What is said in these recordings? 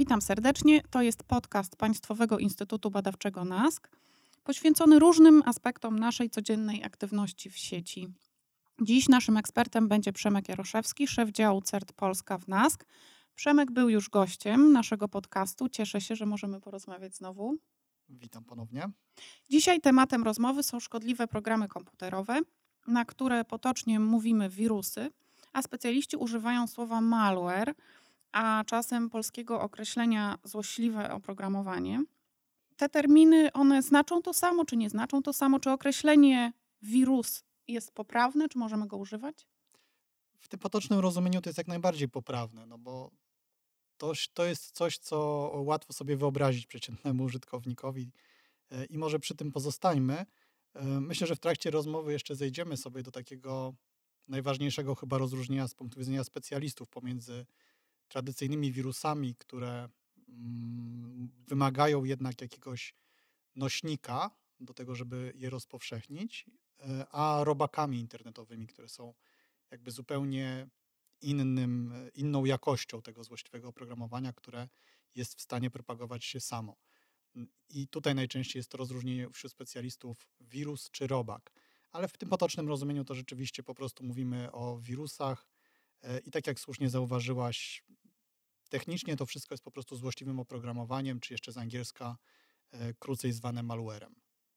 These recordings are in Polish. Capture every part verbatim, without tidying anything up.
Witam serdecznie. To jest podcast Państwowego Instytutu Badawczego NASK, poświęcony różnym aspektom naszej codziennej aktywności w sieci. Dziś naszym ekspertem będzie Przemek Jaroszewski, szef działu C E R T Polska w NASK. Przemek był już gościem naszego podcastu. Cieszę się, że możemy porozmawiać znowu. Witam ponownie. Dzisiaj tematem rozmowy są szkodliwe programy komputerowe, na które potocznie mówimy wirusy, a specjaliści używają słowa malware, a czasem polskiego określenia złośliwe oprogramowanie. Te terminy, one znaczą to samo, czy nie znaczą to samo? Czy określenie wirus jest poprawne, czy możemy go używać? W tym potocznym rozumieniu to jest jak najbardziej poprawne, no bo to, to jest coś, co łatwo sobie wyobrazić przeciętnemu użytkownikowi i może przy tym pozostańmy. Myślę, że w trakcie rozmowy jeszcze zejdziemy sobie do takiego najważniejszego chyba rozróżnienia z punktu widzenia specjalistów pomiędzy tradycyjnymi wirusami, które mm, wymagają jednak jakiegoś nośnika do tego, żeby je rozpowszechnić, a robakami internetowymi, które są jakby zupełnie innym, inną jakością tego złośliwego oprogramowania, które jest w stanie propagować się samo. I tutaj najczęściej jest to rozróżnienie wśród specjalistów wirus czy robak. Ale w tym potocznym rozumieniu to rzeczywiście po prostu mówimy o wirusach i tak jak słusznie zauważyłaś, technicznie to wszystko jest po prostu złośliwym oprogramowaniem, czy jeszcze z angielska krócej zwane malwarem.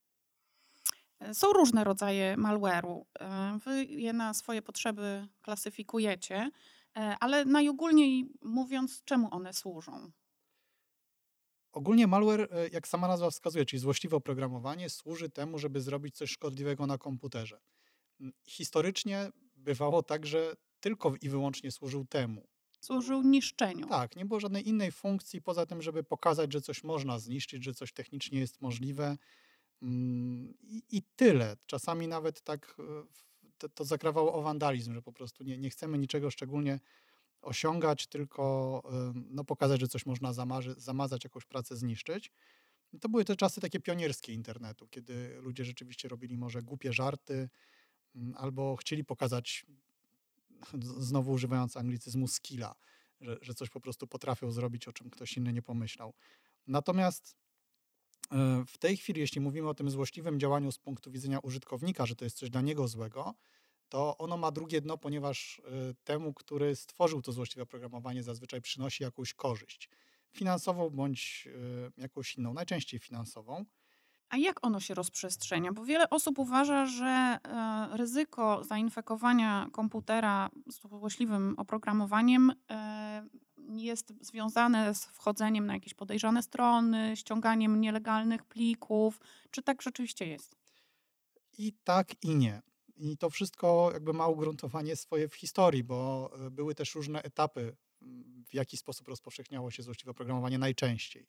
Są różne rodzaje malware'u. Wy je na swoje potrzeby klasyfikujecie, ale najogólniej mówiąc, czemu one służą? Ogólnie malware, jak sama nazwa wskazuje, czyli złośliwe oprogramowanie, służy temu, żeby zrobić coś szkodliwego na komputerze. Historycznie bywało tak, że tylko i wyłącznie służył temu. Służył niszczeniu. Tak, nie było żadnej innej funkcji poza tym, żeby pokazać, że coś można zniszczyć, że coś technicznie jest możliwe. I, i tyle. Czasami nawet tak to, to zakrawało o wandalizm, że po prostu nie, nie chcemy niczego szczególnie osiągać, tylko no, pokazać, że coś można zamarzy, zamazać, jakąś pracę zniszczyć. I to były te czasy takie pionierskie internetu, kiedy ludzie rzeczywiście robili może głupie żarty albo chcieli pokazać, znowu używając anglicyzmu, skilla, że, że coś po prostu potrafią zrobić, o czym ktoś inny nie pomyślał. Natomiast w tej chwili, jeśli mówimy o tym złośliwym działaniu z punktu widzenia użytkownika, że to jest coś dla niego złego, to ono ma drugie dno, ponieważ temu, który stworzył to złośliwe oprogramowanie, zazwyczaj przynosi jakąś korzyść finansową bądź jakąś inną, najczęściej finansową. A jak ono się rozprzestrzenia? Bo wiele osób uważa, że ryzyko zainfekowania komputera złośliwym oprogramowaniem jest związane z wchodzeniem na jakieś podejrzane strony, ściąganiem nielegalnych plików. Czy tak rzeczywiście jest? I tak, i nie. I to wszystko jakby ma ugruntowanie swoje w historii, bo były też różne etapy, w jaki sposób rozpowszechniało się złośliwe oprogramowanie najczęściej.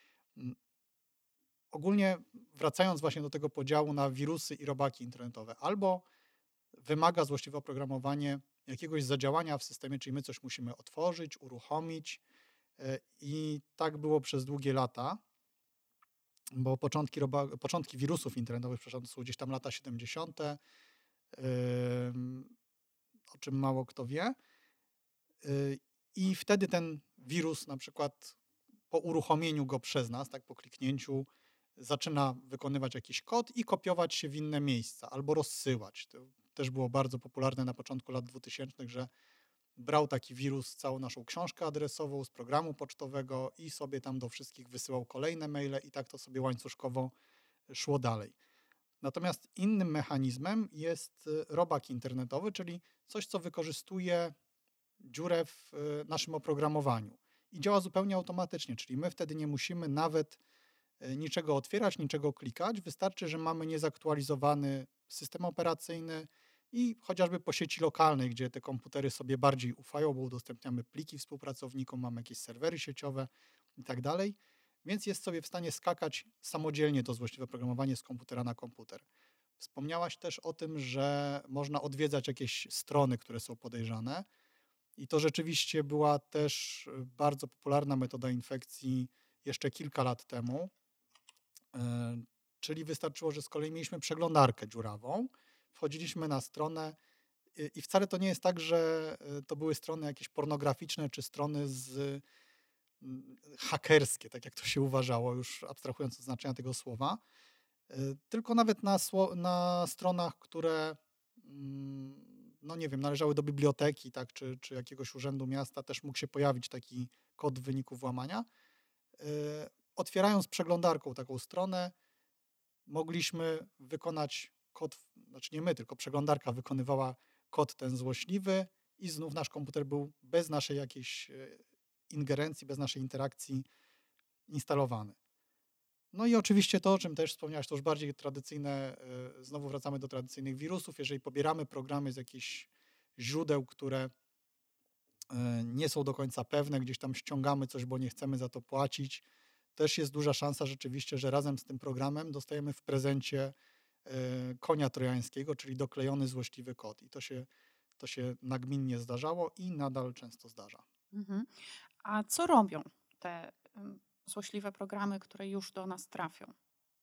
Ogólnie wracając właśnie do tego podziału na wirusy i robaki internetowe, albo wymaga złośliwe oprogramowanie jakiegoś zadziałania w systemie, czyli my coś musimy otworzyć, uruchomić i tak było przez długie lata, bo początki, roba, początki wirusów internetowych, przepraszam, to są gdzieś tam lata siedemdziesiąte, o czym mało kto wie. I wtedy ten wirus na przykład po uruchomieniu go przez nas, tak po kliknięciu, zaczyna wykonywać jakiś kod i kopiować się w inne miejsca albo rozsyłać. To też było bardzo popularne na początku lat dwutysięcznych, że brał taki wirus całą naszą książkę adresową z programu pocztowego i sobie tam do wszystkich wysyłał kolejne maile i tak to sobie łańcuszkowo szło dalej. Natomiast innym mechanizmem jest robak internetowy, czyli coś, co wykorzystuje dziurę w naszym oprogramowaniu i działa zupełnie automatycznie, czyli my wtedy nie musimy nawet niczego otwierać, niczego klikać. Wystarczy, że mamy niezaktualizowany system operacyjny i chociażby po sieci lokalnej, gdzie te komputery sobie bardziej ufają, bo udostępniamy pliki współpracownikom, mamy jakieś serwery sieciowe i tak dalej, więc jest sobie w stanie skakać samodzielnie to złośliwe oprogramowanie z komputera na komputer. Wspomniałaś też o tym, że można odwiedzać jakieś strony, które są podejrzane i to rzeczywiście była też bardzo popularna metoda infekcji jeszcze kilka lat temu, czyli wystarczyło, że z kolei mieliśmy przeglądarkę dziurawą, wchodziliśmy na stronę i wcale to nie jest tak, że to były strony jakieś pornograficzne czy strony z hakerskie, tak jak to się uważało, już abstrahując od znaczenia tego słowa, tylko nawet na, na stronach, które no nie wiem, należały do biblioteki, tak, czy, czy jakiegoś urzędu miasta, też mógł się pojawić taki kod w wyniku włamania. Otwierając przeglądarką taką stronę, mogliśmy wykonać kod, znaczy nie my, tylko przeglądarka wykonywała kod ten złośliwy i znów nasz komputer był bez naszej jakiejś ingerencji, bez naszej interakcji instalowany. No i oczywiście to, o czym też wspomniałeś, to już bardziej tradycyjne, znowu wracamy do tradycyjnych wirusów. Jeżeli pobieramy programy z jakichś źródeł, które nie są do końca pewne, gdzieś tam ściągamy coś, bo nie chcemy za to płacić, też jest duża szansa rzeczywiście, że razem z tym programem dostajemy w prezencie konia trojańskiego, czyli doklejony złośliwy kod. I to się, to się nagminnie zdarzało i nadal często zdarza. Mhm. A co robią te złośliwe programy, które już do nas trafią?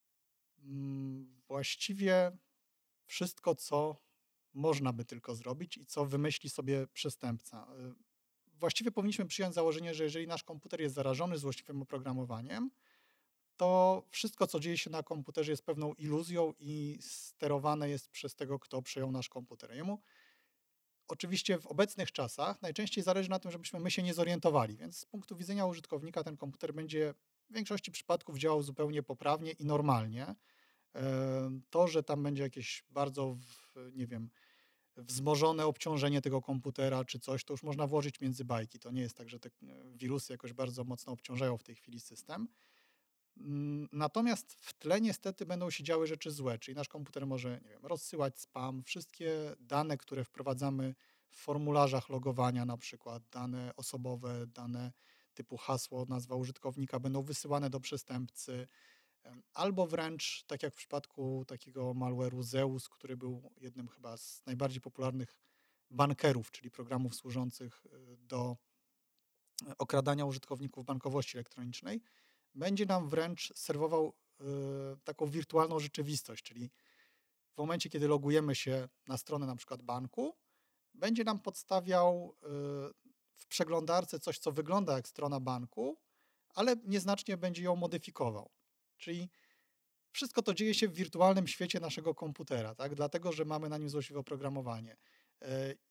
Właściwie wszystko, co można by tylko zrobić i co wymyśli sobie przestępca. Właściwie powinniśmy przyjąć założenie, że jeżeli nasz komputer jest zarażony złośliwym oprogramowaniem, to wszystko, co dzieje się na komputerze, jest pewną iluzją i sterowane jest przez tego, kto przejął nasz komputer. Jemu oczywiście w obecnych czasach najczęściej zależy na tym, żebyśmy my się nie zorientowali, więc z punktu widzenia użytkownika ten komputer będzie w większości przypadków działał zupełnie poprawnie i normalnie. To, że tam będzie jakieś bardzo, nie wiem, wzmożone obciążenie tego komputera czy coś, to już można włożyć między bajki. To nie jest tak, że te wirusy jakoś bardzo mocno obciążają w tej chwili system. Natomiast w tle niestety będą się działy rzeczy złe, czyli nasz komputer może, nie wiem, rozsyłać spam, wszystkie dane, które wprowadzamy w formularzach logowania, na przykład dane osobowe, dane typu hasło, nazwa użytkownika, będą wysyłane do przestępcy, albo wręcz, tak jak w przypadku takiego malware'u Zeus, który był jednym chyba z najbardziej popularnych bankerów, czyli programów służących do okradania użytkowników bankowości elektronicznej, będzie nam wręcz serwował y, taką wirtualną rzeczywistość, czyli w momencie, kiedy logujemy się na stronę na przykład banku, będzie nam podstawiał y, w przeglądarce coś, co wygląda jak strona banku, ale nieznacznie będzie ją modyfikował. Czyli wszystko to dzieje się w wirtualnym świecie naszego komputera, tak? Dlatego, że mamy na nim złośliwe oprogramowanie. Y,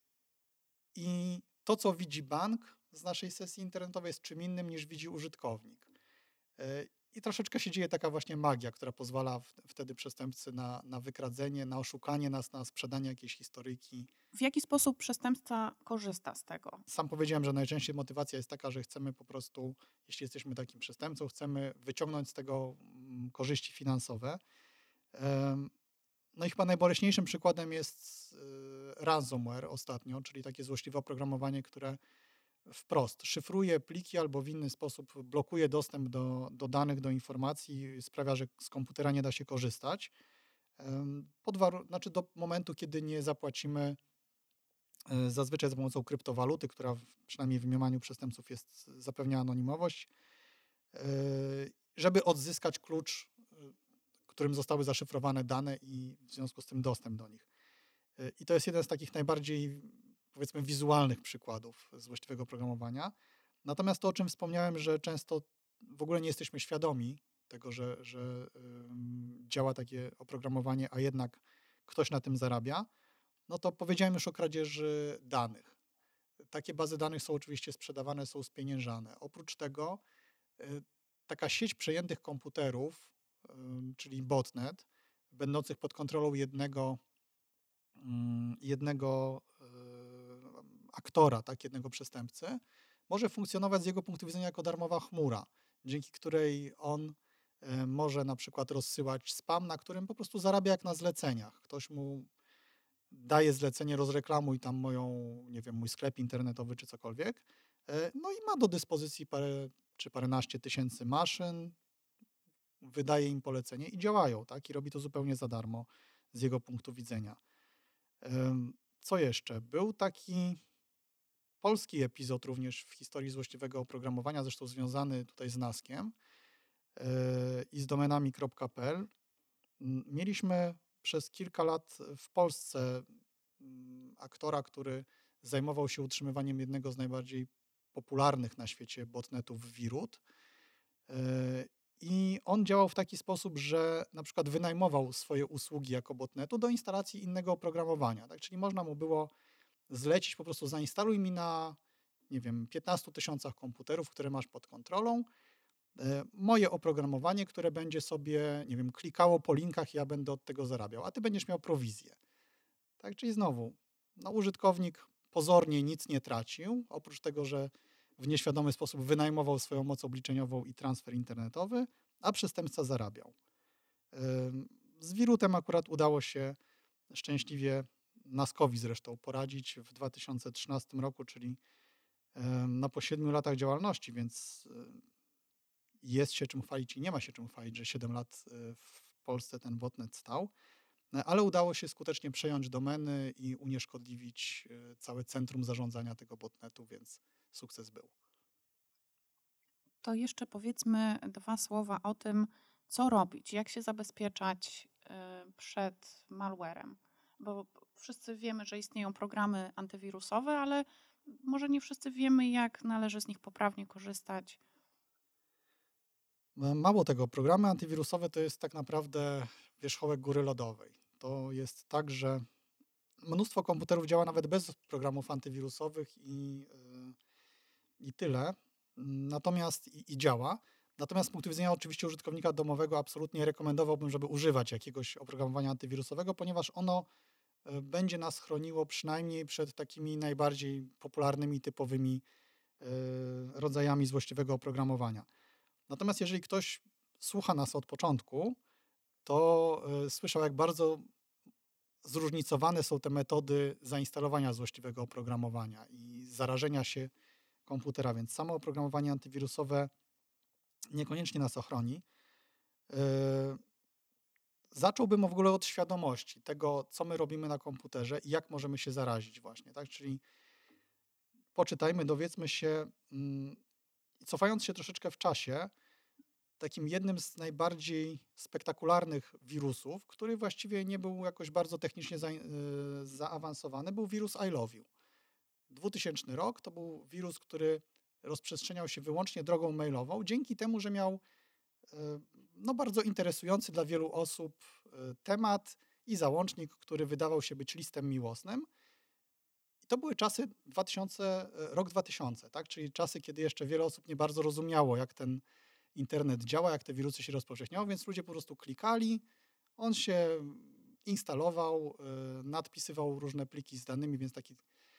I to, co widzi bank z naszej sesji internetowej, jest czym innym niż widzi użytkownik. I troszeczkę się dzieje taka właśnie magia, która pozwala w, wtedy przestępcy na, na wykradzenie, na oszukanie nas, na sprzedanie jakiejś historyjki. W jaki sposób przestępca korzysta z tego? Sam powiedziałem, że najczęściej motywacja jest taka, że chcemy po prostu, jeśli jesteśmy takim przestępcą, chcemy wyciągnąć z tego mm, korzyści finansowe. Um, no i chyba najboleśniejszym przykładem jest y, ransomware ostatnio, czyli takie złośliwe oprogramowanie, które wprost szyfruje pliki albo w inny sposób blokuje dostęp do, do danych, do informacji, sprawia, że z komputera nie da się korzystać. Pod waru- znaczy do momentu, kiedy nie zapłacimy zazwyczaj za pomocą kryptowaluty, która w, przynajmniej w mniemaniu przestępców jest, zapewnia anonimowość, żeby odzyskać klucz, którym zostały zaszyfrowane dane i w związku z tym dostęp do nich. I to jest jeden z takich najbardziej, powiedzmy, wizualnych przykładów złośliwego programowania. Natomiast to, o czym wspomniałem, że często w ogóle nie jesteśmy świadomi tego, że, że um, działa takie oprogramowanie, a jednak ktoś na tym zarabia, no to powiedziałem już o kradzieży danych. Takie bazy danych są oczywiście sprzedawane, są spieniężane. Oprócz tego y, taka sieć przejętych komputerów, y, czyli botnet, będących pod kontrolą jednego jednego aktora, tak, jednego przestępcy, może funkcjonować z jego punktu widzenia jako darmowa chmura, dzięki której on może na przykład rozsyłać spam, na którym po prostu zarabia jak na zleceniach. Ktoś mu daje zlecenie, rozreklamuj tam moją, nie wiem, mój sklep internetowy czy cokolwiek, no i ma do dyspozycji parę czy paręnaście tysięcy maszyn, wydaje im polecenie i działają, tak, i robi to zupełnie za darmo z jego punktu widzenia. Co jeszcze? Był taki polski epizod również w historii złośliwego oprogramowania, zresztą związany tutaj z Naskiem i z domenami kropka p l. Mieliśmy przez kilka lat w Polsce aktora, który zajmował się utrzymywaniem jednego z najbardziej popularnych na świecie botnetów Wirut. I on działał w taki sposób, że na przykład wynajmował swoje usługi jako botnetu do instalacji innego oprogramowania. Tak? Czyli można mu było zlecić, po prostu zainstaluj mi na, nie wiem, piętnastu tysiącach komputerów, które masz pod kontrolą, moje oprogramowanie, które będzie sobie, nie wiem, klikało po linkach i ja będę od tego zarabiał, a ty będziesz miał prowizję. Tak? Czyli znowu, no, użytkownik pozornie nic nie tracił, oprócz tego, że w nieświadomy sposób wynajmował swoją moc obliczeniową i transfer internetowy, a przestępca zarabiał. Z Wirutem akurat udało się szczęśliwie Naskowi zresztą poradzić w dwa tysiące trzynastym roku, czyli no po siedmiu latach działalności, więc jest się czym chwalić i nie ma się czym chwalić, że siedem lat w Polsce ten botnet stał, ale udało się skutecznie przejąć domeny i unieszkodliwić całe centrum zarządzania tego botnetu, więc sukces był. To jeszcze powiedzmy dwa słowa o tym, co robić, jak się zabezpieczać przed malwarem, bo wszyscy wiemy, że istnieją programy antywirusowe, ale może nie wszyscy wiemy, jak należy z nich poprawnie korzystać. Mało tego, programy antywirusowe to jest tak naprawdę wierzchołek góry lodowej. To jest tak, że mnóstwo komputerów działa nawet bez programów antywirusowych i, i tyle. Natomiast i, i działa. Natomiast z punktu widzenia oczywiście użytkownika domowego absolutnie rekomendowałbym, żeby używać jakiegoś oprogramowania antywirusowego, ponieważ ono będzie nas chroniło przynajmniej przed takimi najbardziej popularnymi, typowymi rodzajami złośliwego oprogramowania. Natomiast jeżeli ktoś słucha nas od początku, to słyszał, jak bardzo zróżnicowane są te metody zainstalowania złośliwego oprogramowania i zarażenia się komputera, więc samo oprogramowanie antywirusowe niekoniecznie nas ochroni. Zacząłbym w ogóle od świadomości tego, co my robimy na komputerze i jak możemy się zarazić właśnie, tak? Czyli poczytajmy, dowiedzmy się, cofając się troszeczkę w czasie, takim jednym z najbardziej spektakularnych wirusów, który właściwie nie był jakoś bardzo technicznie za, yy, zaawansowany, był wirus I Love You. dwutysięczny rok to był wirus, który rozprzestrzeniał się wyłącznie drogą mailową, dzięki temu, że miał yy, no, bardzo interesujący dla wielu osób yy, temat i załącznik, który wydawał się być listem miłosnym. I to były czasy dwa tysiące, rok dwa tysiące, tak? Czyli czasy, kiedy jeszcze wiele osób nie bardzo rozumiało, jak ten internet działa, jak te wirusy się rozpowszechniały, więc ludzie po prostu klikali, on się instalował, yy, nadpisywał różne pliki z danymi, więc taki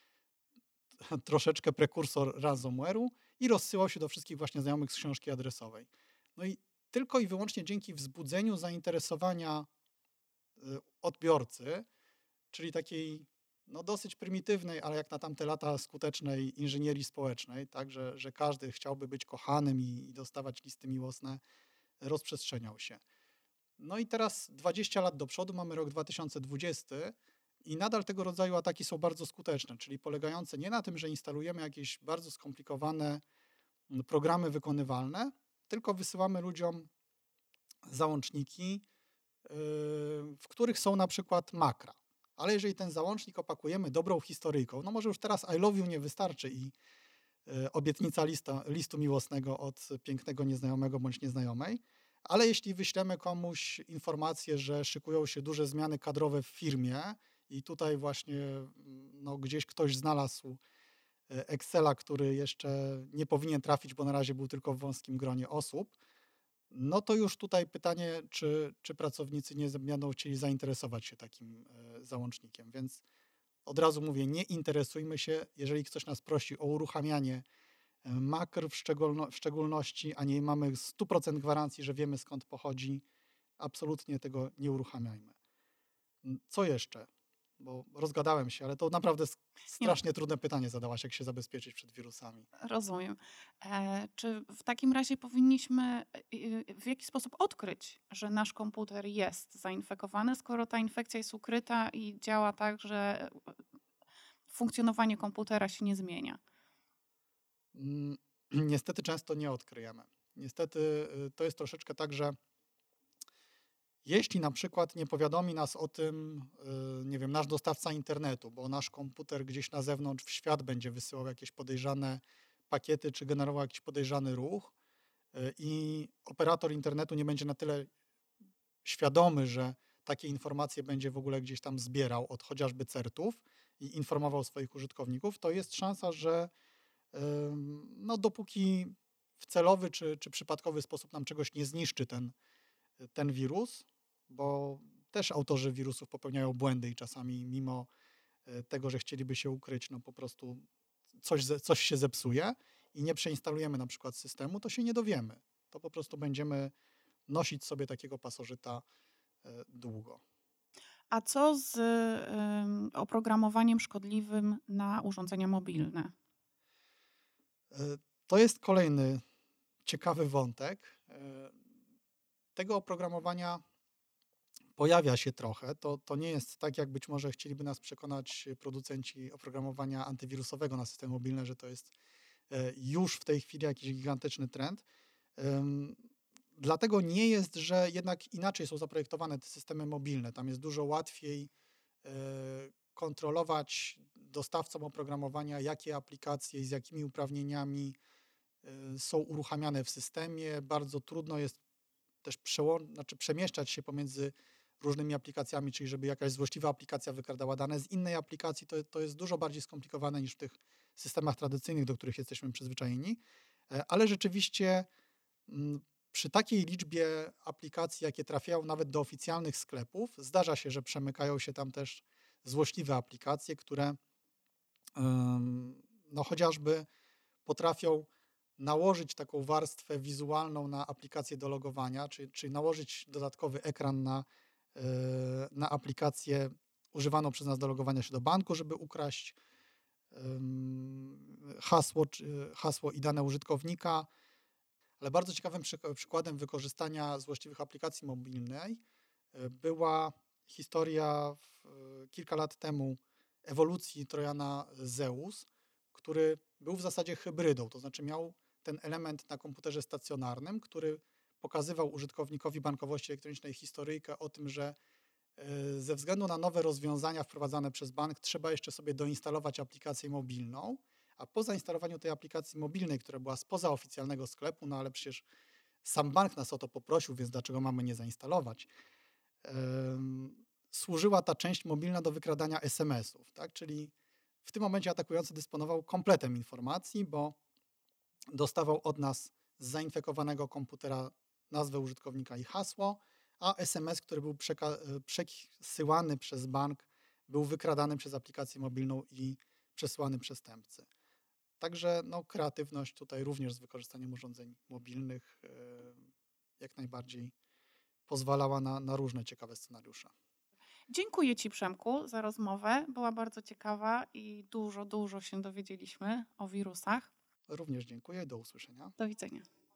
troszeczkę prekursor ransomware'u i rozsyłał się do wszystkich właśnie znajomych z książki adresowej. No i tylko i wyłącznie dzięki wzbudzeniu zainteresowania yy, odbiorcy, czyli takiej no dosyć prymitywnej, ale jak na tamte lata skutecznej inżynierii społecznej, tak, że, że każdy chciałby być kochanym i, i dostawać listy miłosne, rozprzestrzeniał się. No i teraz dwadzieścia lat do przodu, mamy rok dwa tysiące dwudziesty i nadal tego rodzaju ataki są bardzo skuteczne, czyli polegające nie na tym, że instalujemy jakieś bardzo skomplikowane programy wykonywalne, tylko wysyłamy ludziom załączniki, w których są na przykład makra. Ale jeżeli ten załącznik opakujemy dobrą historyjką, no może już teraz I love you nie wystarczy i y, obietnica lista, listu miłosnego od pięknego nieznajomego bądź nieznajomej, ale jeśli wyślemy komuś informację, że szykują się duże zmiany kadrowe w firmie i tutaj właśnie no, gdzieś ktoś znalazł Excela, który jeszcze nie powinien trafić, bo na razie był tylko w wąskim gronie osób, no to już tutaj pytanie, czy, czy pracownicy nie będą chcieli zainteresować się takim e, załącznikiem. Więc od razu mówię, nie interesujmy się, jeżeli ktoś nas prosi o uruchamianie makr w, szczególno, w szczególności, a nie mamy sto procent gwarancji, że wiemy skąd pochodzi, absolutnie tego nie uruchamiajmy. Co jeszcze? Bo rozgadałem się, ale to naprawdę strasznie nie. trudne pytanie zadałaś, jak się zabezpieczyć przed wirusami. Rozumiem. E, czy w takim razie powinniśmy w jakiś sposób odkryć, że nasz komputer jest zainfekowany, skoro ta infekcja jest ukryta i działa tak, że funkcjonowanie komputera się nie zmienia? Niestety często nie odkryjemy. Niestety to jest troszeczkę tak, że jeśli na przykład nie powiadomi nas o tym, nie wiem, nasz dostawca internetu, bo nasz komputer gdzieś na zewnątrz w świat będzie wysyłał jakieś podejrzane pakiety, czy generował jakiś podejrzany ruch y, i operator internetu nie będzie na tyle świadomy, że takie informacje będzie w ogóle gdzieś tam zbierał od chociażby certów i informował swoich użytkowników, to jest szansa, że ym, no dopóki w celowy czy, czy przypadkowy sposób nam czegoś nie zniszczy ten, ten wirus, bo też autorzy wirusów popełniają błędy i czasami mimo y, tego, że chcieliby się ukryć, no po prostu coś, ze- coś się zepsuje i nie przeinstalujemy na przykład systemu, to się nie dowiemy. To po prostu będziemy nosić sobie takiego pasożyta y, długo. A co z ym, oprogramowaniem szkodliwym na urządzenia mobilne? Y, To jest kolejny ciekawy wątek. Y, Tego oprogramowania pojawia się trochę. To, to nie jest tak, jak być może chcieliby nas przekonać producenci oprogramowania antywirusowego na systemy mobilne, że to jest y, już w tej chwili jakiś gigantyczny trend. Ym, Dlatego nie jest, że jednak inaczej są zaprojektowane te systemy mobilne. Tam jest dużo łatwiej y, kontrolować dostawcom oprogramowania, jakie aplikacje i z jakimi uprawnieniami y, są uruchamiane w systemie. Bardzo trudno jest też przełą- znaczy przemieszczać się pomiędzy różnymi aplikacjami, czyli żeby jakaś złośliwa aplikacja wykradała dane z innej aplikacji. To, to jest dużo bardziej skomplikowane niż w tych systemach tradycyjnych, do których jesteśmy przyzwyczajeni. E, Ale rzeczywiście mm, przy takiej liczbie aplikacji, jakie trafiają nawet do oficjalnych sklepów, zdarza się, że przemykają się tam też złośliwe aplikacje, które ym, no chociażby potrafią nałożyć taką warstwę wizualną na aplikację do logowania, czyli, czyli nałożyć dodatkowy ekran na, yy, na aplikację używaną przez nas do logowania się do banku, żeby ukraść ym, hasło, czy, hasło i dane użytkownika. Ale bardzo ciekawym przyk- przykładem wykorzystania złośliwych aplikacji mobilnej y, była historia w, y, kilka lat temu ewolucji Trojana Zeus, który był w zasadzie hybrydą, to znaczy miał ten element na komputerze stacjonarnym, który pokazywał użytkownikowi bankowości elektronicznej historyjkę o tym, że y, ze względu na nowe rozwiązania wprowadzane przez bank trzeba jeszcze sobie doinstalować aplikację mobilną, a po zainstalowaniu tej aplikacji mobilnej, która była spoza oficjalnego sklepu, no ale przecież sam bank nas o to poprosił, więc dlaczego mamy nie zainstalować? Ym, służyła ta część mobilna do wykradania es em esów, tak? Czyli w tym momencie atakujący dysponował kompletem informacji, bo dostawał od nas z zainfekowanego komputera nazwę użytkownika i hasło, a es em es, który był przeka- przesyłany przez bank, był wykradany przez aplikację mobilną i przesyłany przestępcy. Także no, kreatywność tutaj również z wykorzystaniem urządzeń mobilnych yy, jak najbardziej pozwalała na, na różne ciekawe scenariusze. Dziękuję Ci, Przemku, za rozmowę. Była bardzo ciekawa i dużo, dużo się dowiedzieliśmy o wirusach. Również dziękuję, do usłyszenia. Do widzenia.